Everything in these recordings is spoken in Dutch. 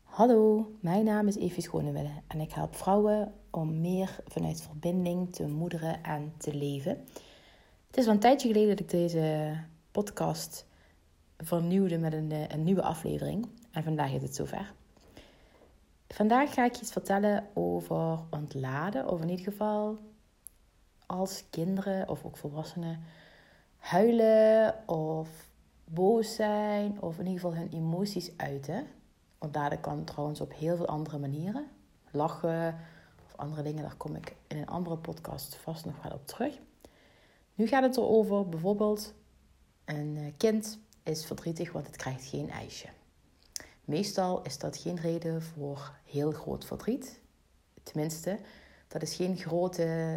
Hallo, mijn naam is Evie Schonewille en ik help vrouwen om meer vanuit verbinding te moederen en te leven. Het is al een tijdje geleden dat ik deze podcast vernieuwde met een nieuwe aflevering en vandaag is het zover. Vandaag ga ik je iets vertellen over ontladen, of in ieder geval als kinderen of ook volwassenen huilen of boos zijn of in ieder geval hun emoties uiten. Ontladen kan trouwens op heel veel andere manieren. Lachen of andere dingen, daar kom ik in een andere podcast vast nog wel op terug. Nu gaat het erover, bijvoorbeeld een kind is verdrietig want het krijgt geen ijsje. Meestal is dat geen reden voor heel groot verdriet. Tenminste, dat is geen groot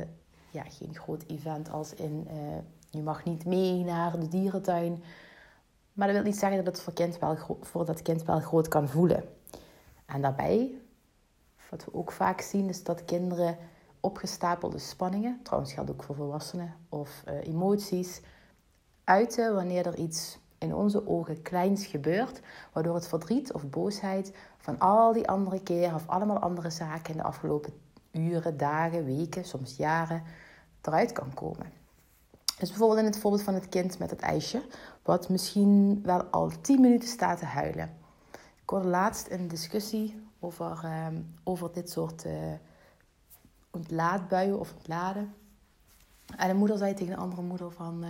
event als in je mag niet mee naar de dierentuin. Maar dat wil niet zeggen dat het voor dat kind wel groot kan voelen. En daarbij, wat we ook vaak zien, is dat kinderen opgestapelde spanningen, trouwens geldt ook voor volwassenen, of emoties, uiten wanneer er iets in onze ogen kleins gebeurt, waardoor het verdriet of boosheid van al die andere keren of allemaal andere zaken in de afgelopen uren, dagen, weken, soms jaren eruit kan komen. Dus bijvoorbeeld in het voorbeeld van het kind met het ijsje, wat misschien wel al 10 minuten staat te huilen. Ik hoorde laatst een discussie over dit soort ontlaadbuien of ontladen. En een moeder zei tegen een andere moeder van...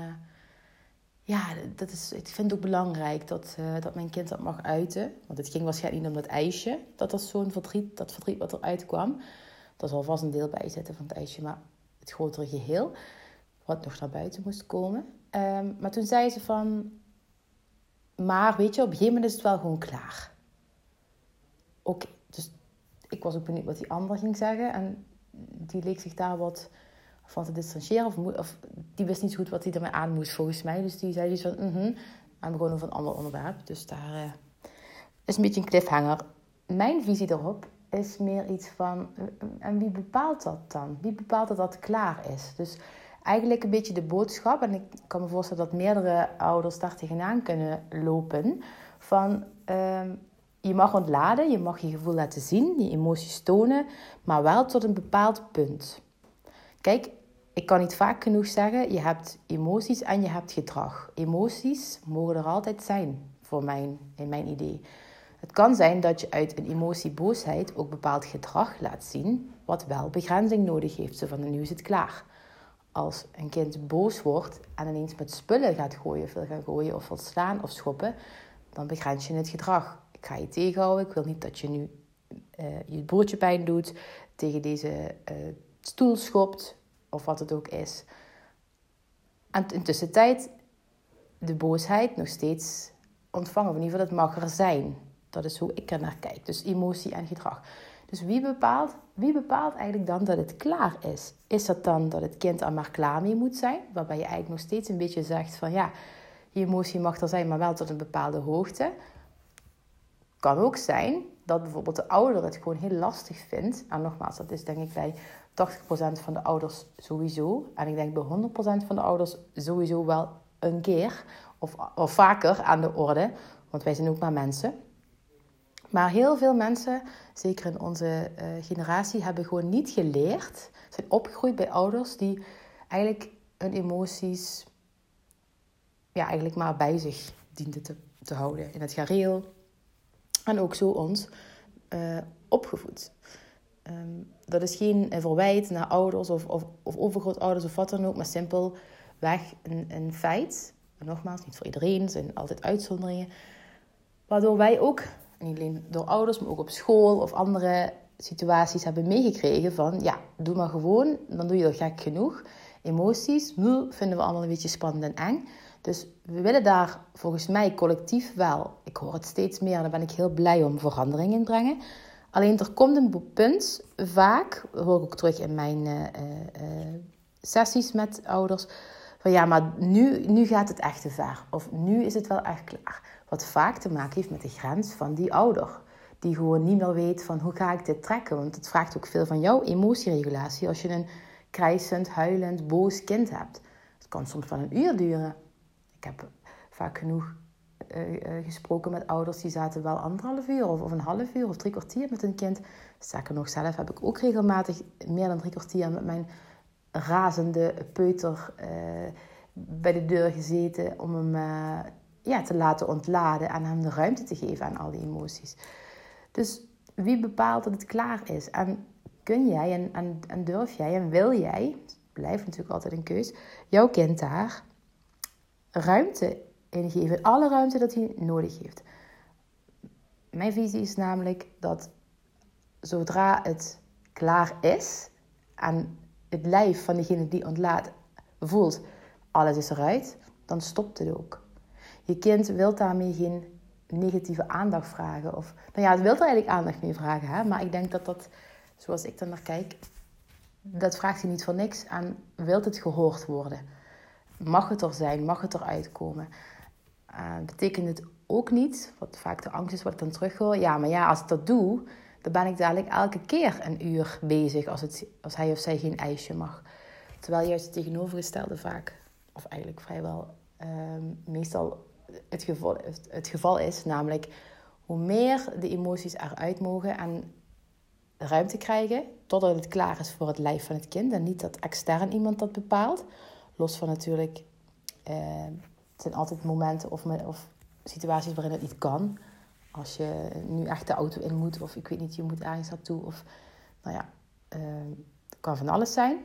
ik vind het ook belangrijk dat mijn kind dat mag uiten. Want het ging waarschijnlijk niet om dat ijsje, dat zo'n verdriet, dat verdriet wat eruit kwam. Er zal vast een deel bij zitten van het ijsje, maar het grotere geheel... wat nog naar buiten moest komen. Maar toen zei ze van... Maar weet je, op een gegeven moment is het wel gewoon klaar. Oké, dus ik was ook benieuwd wat die ander ging zeggen. En die leek zich daar wat van te distancieren. Of die wist niet zo goed wat hij ermee aan moest, volgens mij. Dus die zei iets van... En begon over een ander onderwerp. Dus daar is een beetje een cliffhanger. Mijn visie erop is meer iets van... En wie bepaalt dat dan? Wie bepaalt dat het klaar is? Dus... eigenlijk een beetje de boodschap, en ik kan me voorstellen dat meerdere ouders daar tegenaan kunnen lopen, van je mag ontladen, je mag je gevoel laten zien, je emoties tonen, maar wel tot een bepaald punt. Kijk, ik kan niet vaak genoeg zeggen, je hebt emoties en je hebt gedrag. Emoties mogen er altijd zijn, in mijn idee. Het kan zijn dat je uit een emotie boosheid ook bepaald gedrag laat zien, wat wel begrenzing nodig heeft, zo van nu is het klaar. Als een kind boos wordt en ineens met spullen gaat gooien, veel gaat gooien of wil slaan of schoppen, dan begrens je het gedrag. Ik ga je tegenhouden, ik wil niet dat je nu je broertje pijn doet, tegen deze stoel schopt of wat het ook is. En in tussentijd de boosheid nog steeds ontvangen, of in ieder geval het mag er zijn. Dat is hoe ik er naar kijk, dus emotie en gedrag. Dus wie bepaalt eigenlijk dan dat het klaar is? Is dat dan dat het kind er maar klaar mee moet zijn? Waarbij je eigenlijk nog steeds een beetje zegt van ja, je emotie mag er zijn, maar wel tot een bepaalde hoogte. Kan ook zijn dat bijvoorbeeld de ouder het gewoon heel lastig vindt. En nogmaals, dat is denk ik bij 80% van de ouders sowieso. En ik denk bij 100% van de ouders sowieso wel een keer of vaker aan de orde. Want wij zijn ook maar mensen. Maar heel veel mensen, zeker in onze generatie, hebben gewoon niet geleerd. Zijn opgegroeid bij ouders die eigenlijk hun emoties eigenlijk maar bij zich dienden te houden. In het gareel. En ook zo ons opgevoed. Dat is geen verwijt naar ouders of overgrootouders of wat dan ook. Maar simpelweg een feit. En nogmaals, niet voor iedereen. Er zijn altijd uitzonderingen. Waardoor wij ook... niet alleen door ouders, maar ook op school of andere situaties hebben meegekregen van... ja, doe maar gewoon, dan doe je er gek genoeg. Emoties, vinden we allemaal een beetje spannend en eng. Dus we willen daar volgens mij collectief wel... ik hoor het steeds meer en daar ben ik heel blij om verandering in brengen. Alleen er komt een punt, vaak, dat hoor ik ook terug in mijn sessies met ouders... van ja, maar nu gaat het echt te ver. Of nu is het wel echt klaar. Wat vaak te maken heeft met de grens van die ouder. Die gewoon niet meer weet van hoe ga ik dit trekken. Want het vraagt ook veel van jouw emotieregulatie. Als je een krijsend, huilend, boos kind hebt. Het kan soms wel een uur duren. Ik heb vaak genoeg gesproken met ouders die zaten wel 1,5 uur of een half uur of 3 kwartier met hun kind. Sterker nog, zelf heb ik ook regelmatig meer dan 3 kwartier met mijn razende peuter bij de deur gezeten om hem te laten ontladen en hem de ruimte te geven aan al die emoties. Dus wie bepaalt dat het klaar is? En kun jij en durf jij en wil jij, blijft natuurlijk altijd een keus, jouw kind daar ruimte in geven, alle ruimte dat hij nodig heeft. Mijn visie is namelijk dat zodra het klaar is en het lijf van degene die ontlaat voelt, alles is eruit, dan stopt het ook. Je kind wil daarmee geen negatieve aandacht vragen. Of, het wil er eigenlijk aandacht mee vragen. Hè? Maar ik denk dat, zoals ik dan naar kijk, dat vraagt hij niet voor niks en wil het gehoord worden. Mag het er zijn, mag het eruit komen. Betekent het ook niet, wat vaak de angst is wat ik dan terughoor. Ja, maar ja, als ik dat doe, dan ben ik dadelijk elke keer een uur bezig als hij of zij geen ijsje mag. Terwijl juist het tegenovergestelde vaak, of eigenlijk vrijwel meestal het geval is. Namelijk, hoe meer de emoties eruit mogen en ruimte krijgen, totdat het klaar is voor het lijf van het kind. En niet dat extern iemand dat bepaalt. Los van natuurlijk, het zijn altijd momenten of situaties waarin het niet kan. Als je nu echt de auto in moet, of ik weet niet, je moet ergens naartoe. Of het kan van alles zijn.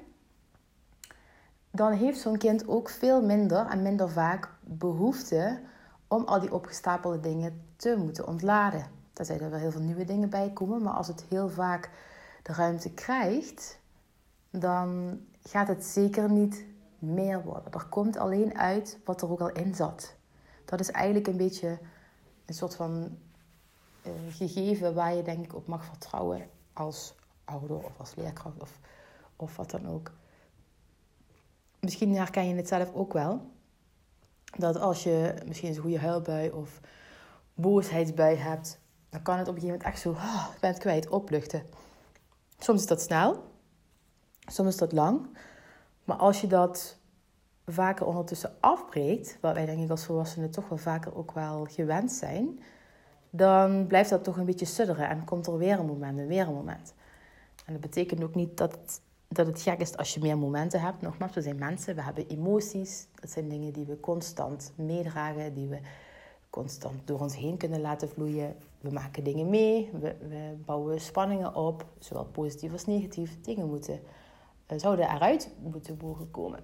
Dan heeft zo'n kind ook veel minder en minder vaak behoefte om al die opgestapelde dingen te moeten ontladen. Daar zijn er wel heel veel nieuwe dingen bij komen. Maar als het heel vaak de ruimte krijgt, dan gaat het zeker niet meer worden. Er komt alleen uit wat er ook al in zat. Dat is eigenlijk een beetje een soort van gegeven waar je denk ik op mag vertrouwen als ouder of als leerkracht of wat dan ook. Misschien herken je het zelf ook wel. Dat als je misschien een goede huilbui of boosheidsbui hebt, dan kan het op een gegeven moment echt zo, ik ben het kwijt, opluchten. Soms is dat snel, soms is dat lang. Maar als je dat vaker ondertussen afbreekt, wat wij denk ik als volwassenen toch wel vaker ook wel gewend zijn, dan blijft dat toch een beetje sudderen en komt er weer een moment en weer een moment. En dat betekent ook niet dat het gek is als je meer momenten hebt. Nogmaals, we zijn mensen, we hebben emoties. Dat zijn dingen die we constant meedragen, die we constant door ons heen kunnen laten vloeien. We maken dingen mee, we bouwen spanningen op, zowel positief als negatief. Dingen zouden eruit moeten mogen komen.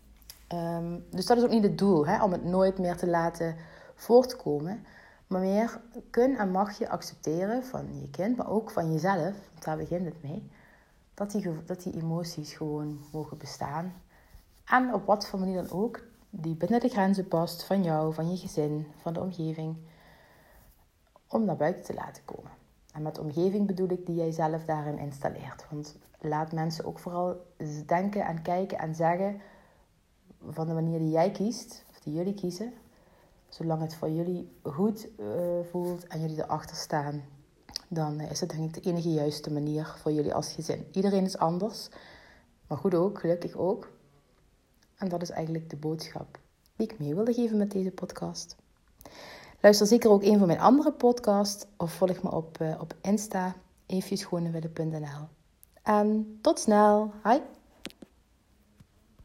Dus dat is ook niet het doel, om het nooit meer te laten voortkomen. Maar meer kun en mag je accepteren van je kind, maar ook van jezelf, want daar begint het mee. Dat die emoties gewoon mogen bestaan. En op wat voor manier dan ook, die binnen de grenzen past van jou, van je gezin, van de omgeving. Om naar buiten te laten komen. En met omgeving bedoel ik die jij zelf daarin installeert. Want laat mensen ook vooral denken en kijken en zeggen van de manier die jij kiest, of die jullie kiezen. Zolang het voor jullie goed voelt en jullie erachter staan, dan is het denk ik de enige juiste manier voor jullie als gezin. Iedereen is anders, maar goed ook, gelukkig ook. En dat is eigenlijk de boodschap die ik mee wilde geven met deze podcast. Luister zeker ook een van mijn andere podcasts of volg me op Insta, eefjesschonewille.nl. En tot snel, hi!